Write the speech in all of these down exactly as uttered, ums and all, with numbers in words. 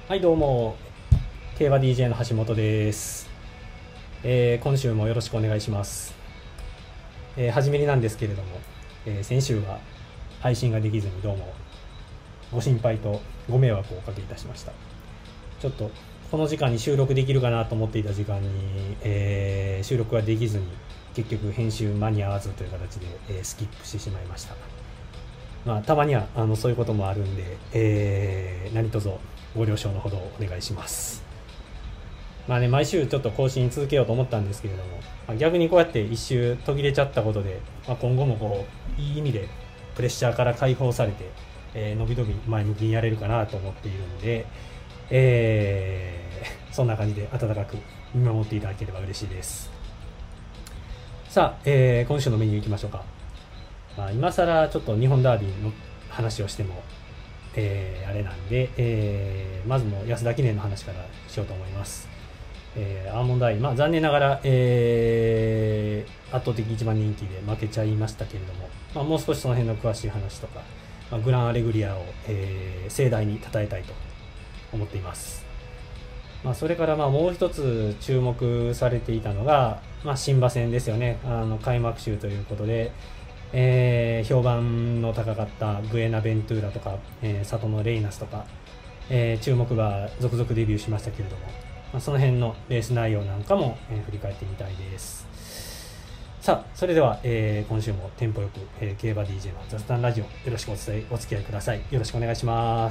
はい、どうも競馬 ディージェー の橋本です、えー今週もよろしくお願いします。えー初めになんですけれども、えー先週は配信ができずにどうもご心配とご迷惑をおかけいたしました。ちょっとこの時間に収録できるかなと思っていた時間に、えー収録ができずに結局編集間に合わずという形で、えースキップしてしまいました。まあ、たまにはあのそういうこともあるんで、えー何卒ご了承のほどお願いします。まあね、毎週ちょっと更新続けようと思ったんですけれども、まあ逆にこうやって一周途切れちゃったことで、まあ、今後もこういい意味でプレッシャーから解放されて、えー、のびのび前向きにやれるかなと思っているので、えーそんな感じで温かく見守っていただければ嬉しいです。さあ、えー今週のメニューいきましょうか。まあ、今更ちょっと日本ダービーの話をしても、えーあれなんで、えーまずもう安田記念の話からしようと思います。えーアーモンドアイ、まあ、残念ながら、えー圧倒的一番人気で負けちゃいましたけれども、まあ、もう少しその辺の詳しい話とか、まあ、グランアレグリアを、えー盛大に称えたいと思っています。まあ、それからまあもう一つ注目されていたのが、まあ、新馬戦ですよね。あの開幕週ということで、えー評判の高かったグエナ・ベントゥーラとか、えー、サトノ・レイナスとか、えー注目馬続々デビューしましたけれども、まあ、その辺のレース内容なんかも、えー振り返ってみたいです。さあ、それでは、えー今週もテンポよく、えー競馬 ディージェー の雑談ラジオよろしくお伝えお付き合いください。よろしくお願いします。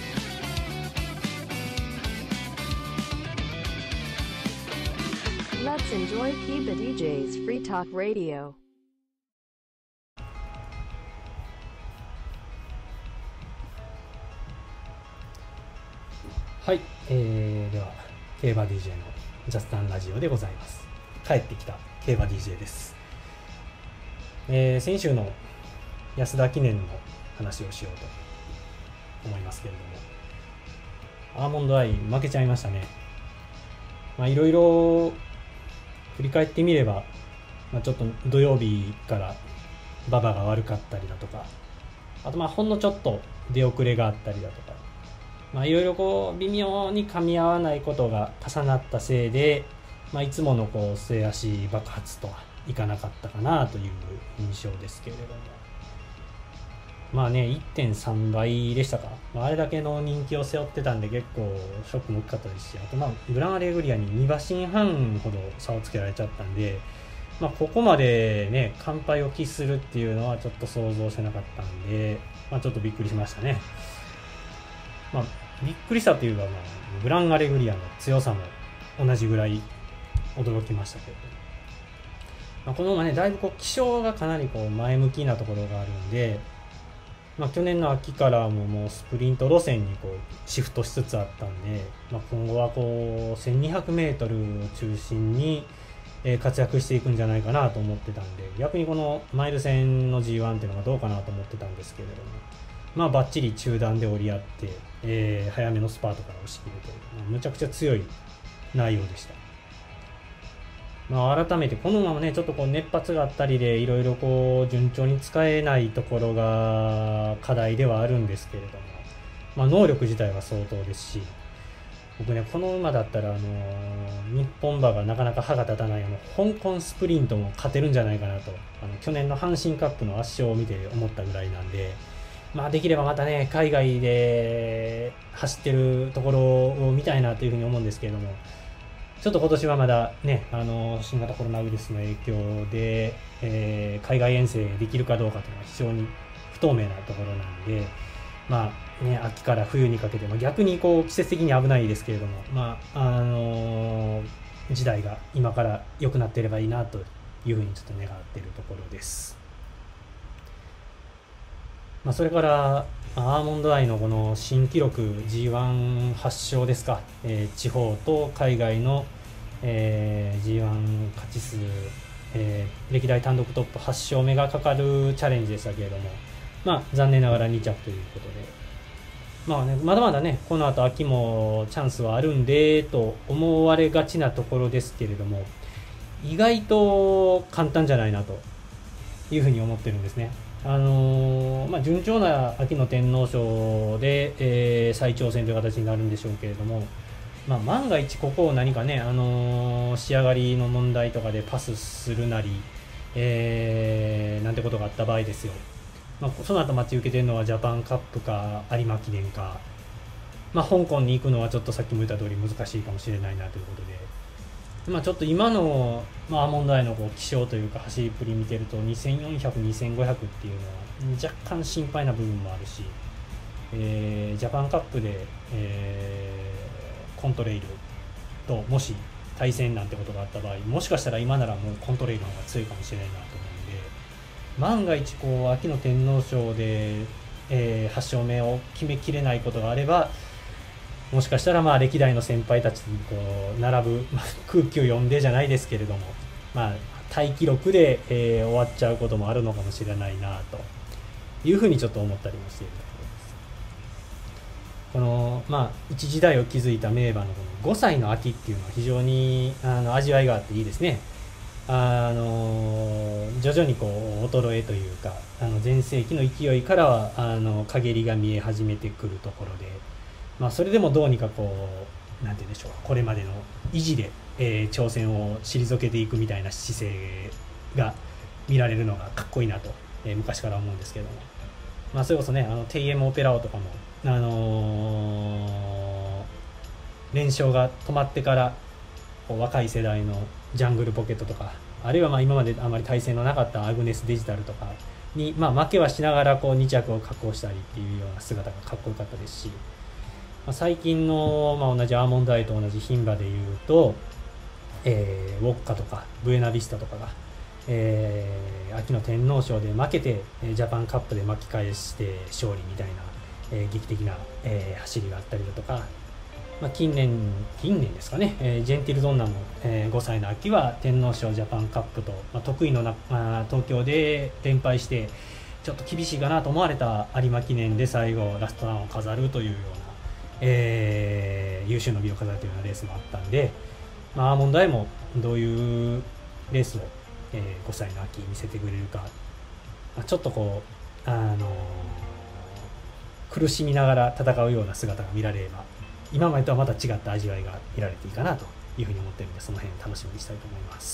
Let's enjoy Kiba ディージェー 's Free Talk Radio. はい、えーでは競馬 ディージェー の雑談ラジオでございます。帰ってきた競馬 ディージェー です。えー先週の安田記念の話をしようと思いますけれども、アーモンドアイ負けちゃいましたね。まあいろいろ振り返ってみれば、まあ、ちょっと土曜日から馬場が悪かったりだとか、あとまあほんのちょっと出遅れがあったりだとか、まあいろいろこう微妙に噛み合わないことが重なったせいで、まあ、いつものこう末足爆発とはいかなかったかなという印象ですけれども、まあね いってんさん 倍でしたか、まあ、あれだけの人気を背負ってたんで結構ショックも大きかったですし、あとまあグランアレグリアにに馬身半ほど差をつけられちゃったんで、まあ、ここまでね完敗を喫するっていうのはちょっと想像してなかったんで、まあ、ちょっとびっくりしましたね。まあ、びっくりしたというか、まあ、グランアレグリアの強さも同じぐらい驚きましたけど、まあ、この馬ねだいぶこう気性がかなりこう前向きなところがあるんで、まあ、去年の秋からももうスプリント路線にこうシフトしつつあったんで、まあ、今後はこう せんにひゃくメートル を中心にえー活躍していくんじゃないかなと思ってたんで、逆にこのマイル戦の ジーワン っていうのがどうかなと思ってたんですけれども、まあバッチリ中段で折り合って、えー早めのスパートから押し切るという、まあむちゃくちゃ強い内容でした。まあ、改めてこの馬もねちょっとこう熱発があったりでいろいろこう順調に使えないところが課題ではあるんですけれども、まあ、能力自体は相当ですし、僕ねこの馬だったら、あのー日本馬がなかなか歯が立たないあの香港スプリントも勝てるんじゃないかなと、あの去年の阪神カップの圧勝を見て思ったぐらいなんで、まあ、できればまたね海外で走ってるところを見たいなというふうに思うんですけれども、ちょっと今年はまだね、あの新型コロナウイルスの影響で、えー海外遠征できるかどうかというのは非常に不透明なところなんで、まあね、秋から冬にかけて、まあ、逆にこう季節的に危ないですけれども、まああの時代が今から良くなっていればいいなというふうにちょっと願っているところです。まあ、それからアーモンドアイのこの新記録 ジーワン 発勝ですか、えー地方と海外の、えー ジーワン 勝ち数、えー歴代単独トップはち勝目がかかるチャレンジでしたけれども、まあ、残念ながらに着ということで、まあね、まだまだねこの後秋もチャンスはあるんでと思われがちなところですけれども、意外と簡単じゃないなというふうに思ってるんですね。 あのーまあ、順調な秋の天皇賞で、えー再挑戦という形になるんでしょうけれども、まあ、万が一ここを何かね、あのー仕上がりの問題とかでパスするなり、えーなんてことがあった場合ですよ、まあ、その後待ち受けてるのはジャパンカップか有馬記念か、まあ、香港に行くのはちょっとさっきも言った通り難しいかもしれないなということで、まあ、ちょっと今の、まあ、アーモンドアイのこう気象というか走りっぷり見てるとにせんよんひゃく、にせんごひゃくっていうのは若干心配な部分もあるし、えージャパンカップで、えーコントレイルともし対戦なんてことがあった場合、もしかしたら今ならもうコントレイルの方が強いかもしれないなと思うんで、万が一こう秋の天皇賞で、えーはち勝目を決めきれないことがあれば、もしかしたらまあ歴代の先輩たちにこう並ぶ、まあ、空気を読んでじゃないですけれども、まあ、タイ記録で、えー終わっちゃうこともあるのかもしれないなというふうにちょっと思ったりもしているところです。このまあ一時代を築いた名馬のこのごさいの秋っていうのは非常にあの味わいがあっていいですね。あの徐々にこう衰えというか、あの全盛期の勢いからはあの陰りが見え始めてくるところで、まあ、それでもどうにかこうなんて言うんでしょう、これまでの維持で、えー挑戦を退けていくみたいな姿勢が見られるのがかっこいいなと、えー昔から思うんですけども、まあ、それこそね、あのテイエムオペラオとかも、あのー連勝が止まってからこう若い世代のジャングルポケットとか、あるいはまあ今まであまり対戦のなかったアグネスデジタルとかに、まあ、負けはしながらこうに着を確保したりっていうような姿がかっこよかったですし、まあ、最近の、まあ、同じアーモンドアイと同じ牝馬でいうと、えーウォッカとかブエナビスタとかが、えー秋の天皇賞で負けてえージャパンカップで巻き返して勝利みたいな、えー劇的な、えー走りがあったりだとか、まあ、近年近年ですかね、えージェンティルドンナも、えーごさいの秋は天皇賞ジャパンカップと、まあ、得意のなあー東京で連敗してちょっと厳しいかなと思われた有馬記念で最後ラストランを飾るというような、えー優秀の美を飾るというようなレースもあったんで、まあ、アーモンドアイもどういうレースを、えーごさいの秋見せてくれるか、まあ、ちょっとこう、あのー苦しみながら戦うような姿が見られれば、今までとはまた違った味わいが見られていいかなというふうに思っているので、その辺楽しみにしたいと思います。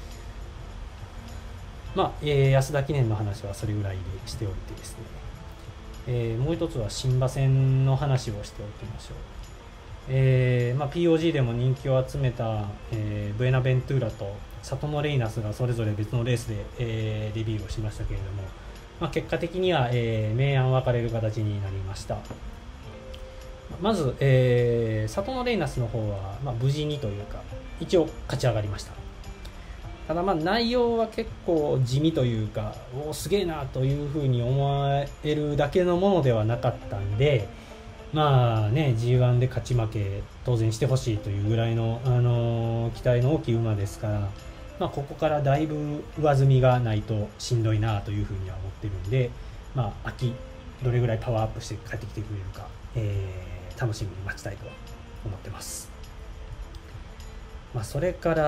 まあ、えー安田記念の話はそれぐらいでしておいてですね、えーもう一つは新馬戦の話をしておきましょう。えーまあ、ピーオージー でも人気を集めた、えーブエナベントゥーラとサトノレイナスがそれぞれ別のレースで、えーレビューをしましたけれども、まあ、結果的には、えー明暗分かれる形になりました。まず、えーサトノレイナスの方は、まあ、無事にというか一応勝ち上がりました。ただまあ内容は結構地味というか、おーすげえなというふうに思えるだけのものではなかったんで、まあね ジーワン で勝ち負け当然してほしいというぐらいの、あのー期待の大きい馬ですから、まあ、ここからだいぶ上積みがないとしんどいなというふうには思ってるんで、まあ、秋どれぐらいパワーアップして帰ってきてくれるか、えー楽しみに待ちたいと思ってます。まあ、それから、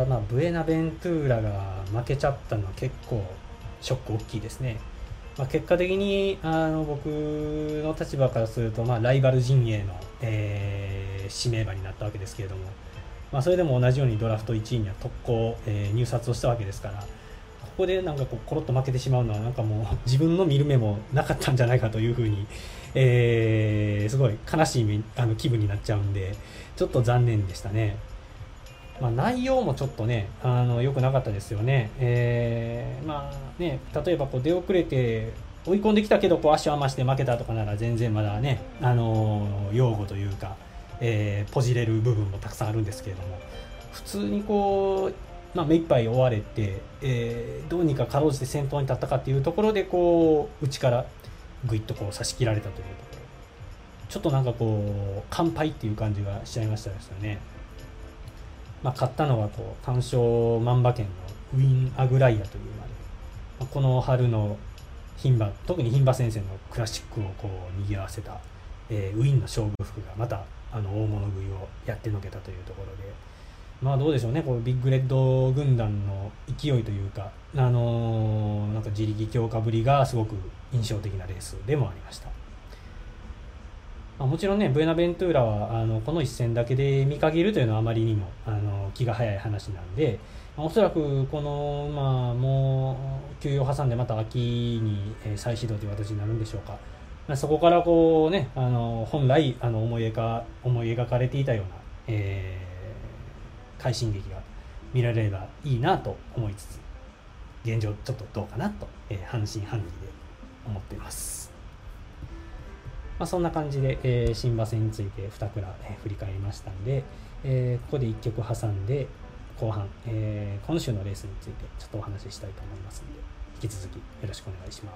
まあ、ブエナベントゥーラが負けちゃったのは結構ショック大きいですね。まあ、結果的にあの僕の立場からすると、まあ、ライバル陣営の、えー指名馬になったわけですけれども、まあ、それでも同じようにドラフトいちいには特攻、えー入札をしたわけですから、ここでなんかこうコロッと負けてしまうのはなんかもう自分の見る目もなかったんじゃないかというふうに、えーすごい悲しい目あの気分になっちゃうんで、ちょっと残念でしたね。まあ、内容もちょっとね、あの良くなかったですよね。えーまあね、例えばこう出遅れて追い込んできたけどこう足を余して負けたとかなら全然まだね、あの擁護というか、えーポジれる部分もたくさんあるんですけれども、普通にこう、まあ、目いっぱい追われて、えーどうにかかろうじて先頭に立ったかっていうところでこう内からぐいっとこう差し切られたというところ、ちょっとなんかこう完敗っていう感じがしちゃいましたですよね。まあ、勝ったのはこう単勝万馬券のウィン・アグライアという馬で、まあ、この春の牝馬、特に牝馬戦線のクラシックをこう賑わせた、えーウィンの勝負服がまたあの大物食いをやってのけたというところで、 まあどうでしょうね、こうビッグレッド軍団の勢いというか、あのーなんか自力強化ぶりがすごく印象的なレースでもありました。まあ、もちろんね、ブエナベントゥーラはあのこの一戦だけで見限るというのはあまりにもあの気が早い話なんで、まあ、おそらくこの、まあ、もう休養を挟んでまた秋にえー再始動という形になるんでしょうか。まあ、そこからこうね、あの本来あの思い描思い描かれていたような、えー快進撃が見られればいいなと思いつつ、現状ちょっとどうかなと、えー半信半疑で思っています。まあ、そんな感じで、えー、新馬戦についてにクラ、えー、振り返りましたんで、えーここでいっきょく挟んで後半、えー今週のレースについてちょっとお話ししたいと思いますので、引き続きよろしくお願いします。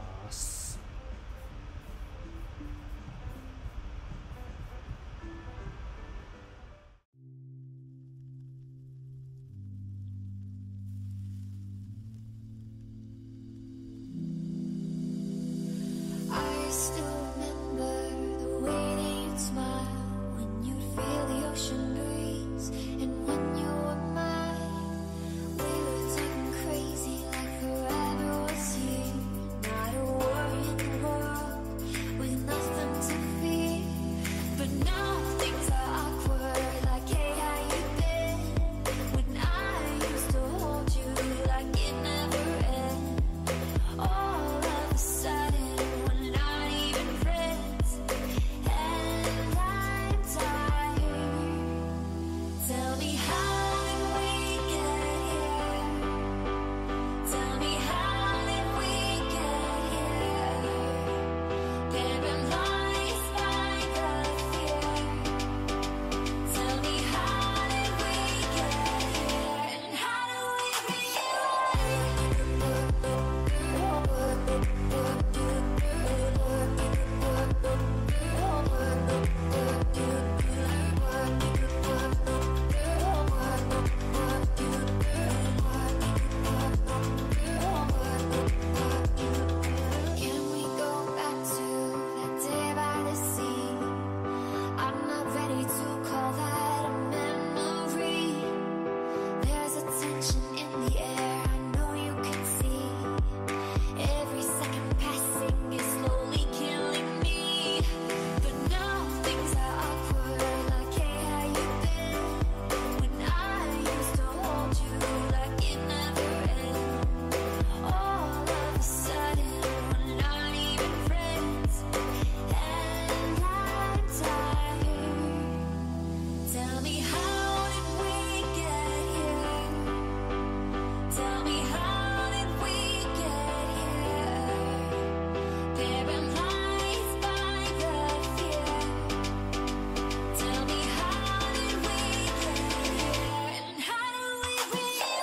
I still remember the way that you'd smile when you'd feel the ocean breeze, and when you were mine, we were talking crazy like forever was here. Not a worry in the world, with nothing to fear. But now things are awkward, like hey, how you been? When I used to hold you like it never ended. All of a sudden, we're not even friends, and I'm tired. Tell me, how did we get here? Tell me, how did we get here? Paralyzed by the fear. Tell me, how did we get here? And how do we Can we go back to that day by the sea? I'm not ready to call that a memory. There's a tension in the air, I know you can see. Every second passing is slowly killing me. But now things are awkward, like hey, how you been? When I used to hold you like it never ended. All of a sudden, we're not even friends, and I'm tired. Tell me, how did we get here? Tell me, how did we get here? Paralyzed by the fear. Tell me, how did we get here? And how do we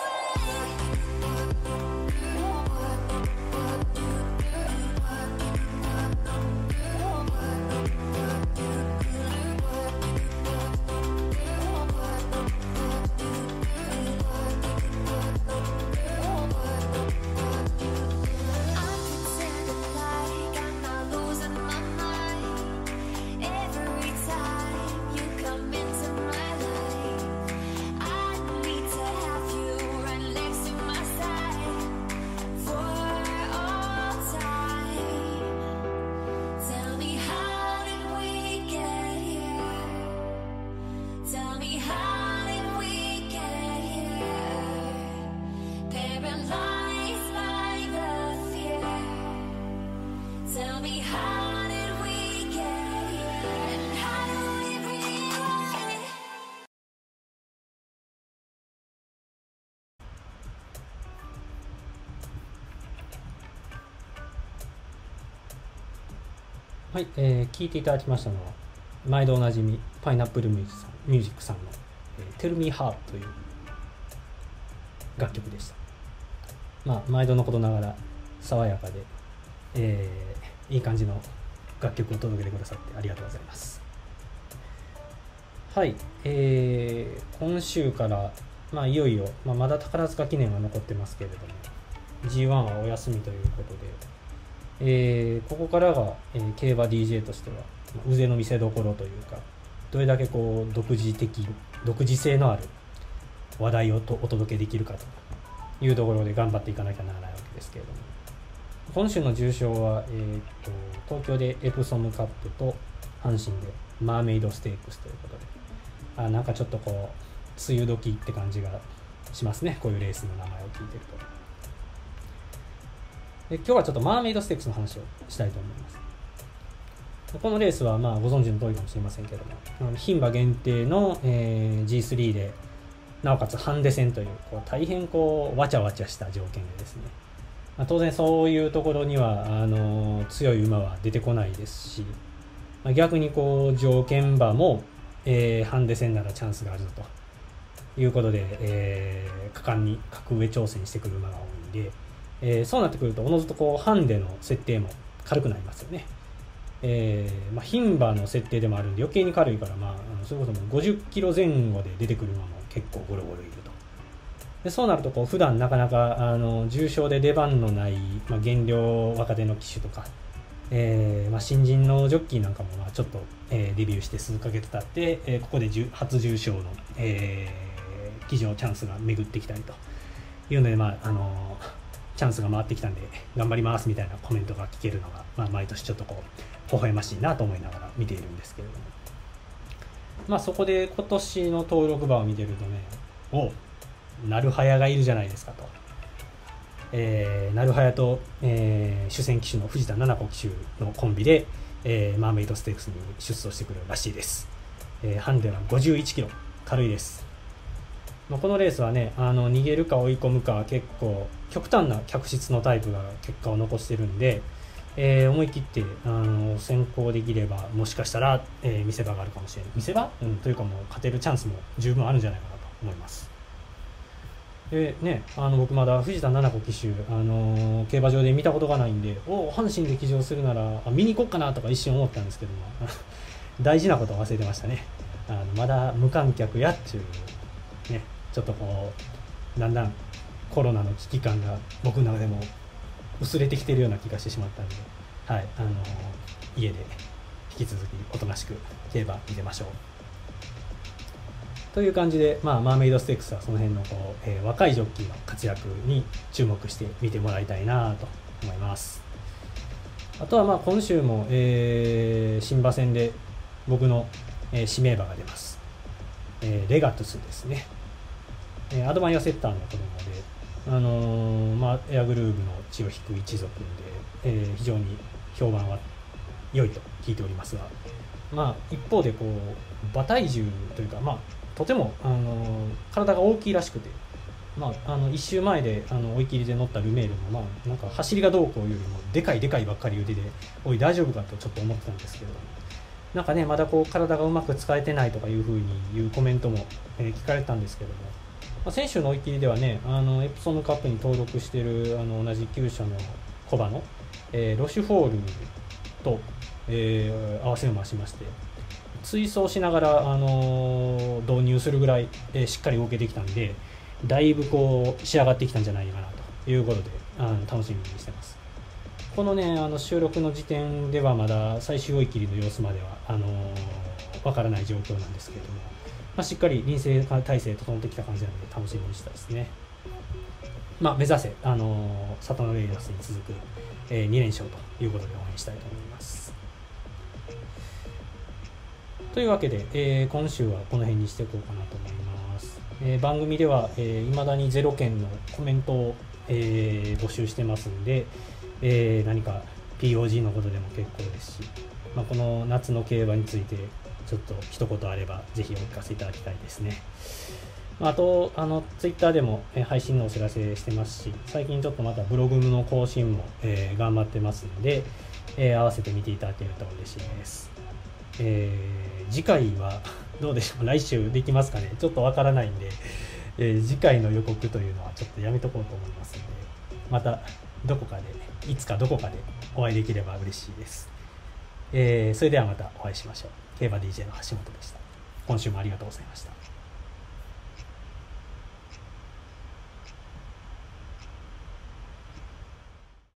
I'm pretending like I'm not losing my mind. Every time you come into my life, I need to have you right next to my side for all time. Tell me, how did we get here? Tell me, how did we get here? Paralyzed by the fear. Tell me, how did we get here? And how do we rewrite? はい、えー聞いていただきましたのは毎度おなじみパイナップルミュージックさんミュージックさんの「えー Tell Me How」という楽曲でした。まあ毎度のことながら爽やかで、えーいい感じの楽曲を届けてくださってありがとうございます。はい、えー今週から、まあ、いよいよ、まあ、まだ宝塚記念は残ってますけれども ジーワン はお休みということで、えーここからが、えー競馬 ディージェー としてはまあ腕の見せ所というか、どれだけこう独自的独自性のある話題をとお届けできるかというところで頑張っていかなきゃならないわけですけれども、今週の重賞は、えー、と東京でエプソムカップと阪神でマーメイドステークスということで、あなんかちょっとこう梅雨時って感じがしますね、こういうレースの名前を聞いてると。で今日はちょっとマーメイドステークスの話をしたいと思います。このレースはまあご存知の通りかもしれませんけれども、牝馬限定の、えー、ジースリー でなおかつハンデ戦という、こう大変こうわちゃわちゃした条件でですね、まあ、当然そういうところにはあのー、強い馬は出てこないですし、まあ、逆にこう条件馬も、えー、ハンデ戦ならチャンスがあるということで、えー、果敢に格上挑戦してくる馬が多いんで、えー、そうなってくるとおのずとこうハンデの設定も軽くなりますよね。えーまあ、牝馬の設定でもあるんで余計に軽いから、まあ、あのそれこそもごじゅっキロぜん後で出てくる馬も結構ゴロゴロいると。でそうなるとこう普段なかなかあの重賞で出番のない、まあ、減量若手の騎手とか、えーまあ、新人のジョッキーなんかもまあちょっと、えー、デビューして数ヶ月経って、えー、ここで初重賞の、えー、騎乗チャンスが巡ってきたりというので、まああのチャンスが回ってきたんで頑張りますみたいなコメントが聞けるのが、まあ、毎年ちょっとこう微笑ましいなと思いながら見ているんですけれども、まあそこで今年の登録馬を見てるとね、おなるはやがいるじゃないですかと、えー、なるはやと、えー、主戦騎手の藤田七子騎手のコンビで、えー、マーメイドステークスに出走してくるらしいです。えー、ハンデはごじゅういちキロ、軽いです。まあ、このレースはね、あの逃げるか追い込むか結構極端な客室のタイプが結果を残してるんで、えー、思い切ってあの先行できればもしかしたら、えー、見せ場があるかもしれない。見せ場、うん、というかもう勝てるチャンスも十分あるんじゃないかなと思います。でね、あの僕まだ藤田七子騎手、あのー、競馬場で見たことがないんで、お阪神で騎乗するならあ見に行こうかなとか一瞬思ったんですけども大事なことを忘れてましたね。あのまだ無観客やっていうね、ちょっとこうだんだんコロナの危機感が僕の中でも薄れてきているような気がしてしまったので、はい、あの家で引き続きおとなしく競馬見てましょうという感じで、まあ、マーメイドステークスはその辺のこう、えー、若いジョッキーの活躍に注目して見てもらいたいなと思います。あとはまあ今週も、えー、新馬戦で僕の、えー、指名馬が出ます。えー、レガトゥスですね。えー、アドバイアセッターの子供で、あのーまあ、エアグルーヴの血を引く一族で、えー、非常に評判は良いと聞いておりますが、まあ、一方でこう馬体重というか、まあ、とても、あのー、体が大きいらしくて、まあ、あの一周前であの追い切りで乗ったルメールも、まあ、なんか走りがどうこうよりもでかいでかいばっかり腕で、おい大丈夫かとちょっと思ってたんですけれども、なんかねまだこう体がうまく使えてないとかいうふうに言うコメントも、えー、聞かれたんですけども、まあ、先週の追い切りではね、あのエプソムカップに登録しているあの同じ厩舎のコバの、えー、ロシュフォールと、えー、合わせ馬しまして追走しながら、あのー、導入するぐらい、えー、しっかり動けてきたんで、だいぶこう仕上がってきたんじゃないかなということで、あの楽しみにしてます。このねあの収録の時点ではまだ最終追い切りの様子まではあのー、わからない状況なんですけれども、まあ、しっかり臨戦態勢整ってきた感じなので楽しみにしたいですね。まあ、目指せ、あのー、サタノレイダースに続く、えー、に連勝ということで応援したいと思います。というわけで、えー、今週はこの辺にしていこうかなと思います。えー、番組では、えー、未だにゼロ件のコメントを、えー、募集してますんで、えー、何か ピーオージー のことでも結構ですし、まあ、この夏の競馬についてちょっと一言あればぜひお聞かせいただきたいですね。あとあのツイッターでも、えー、配信のお知らせしてますし、最近ちょっとまたブログの更新も、えー、頑張ってますので、えー、合わせて見ていただけると嬉しいです。えー、次回はどうでしょう、来週できますかね、ちょっとわからないんで、えー、次回の予告というのはちょっとやめとこうと思いますので、またどこかでいつかどこかでお会いできれば嬉しいです。えー、それではまたお会いしましょう。競馬 ディージェー の橋本でした。今週もありがとうございました。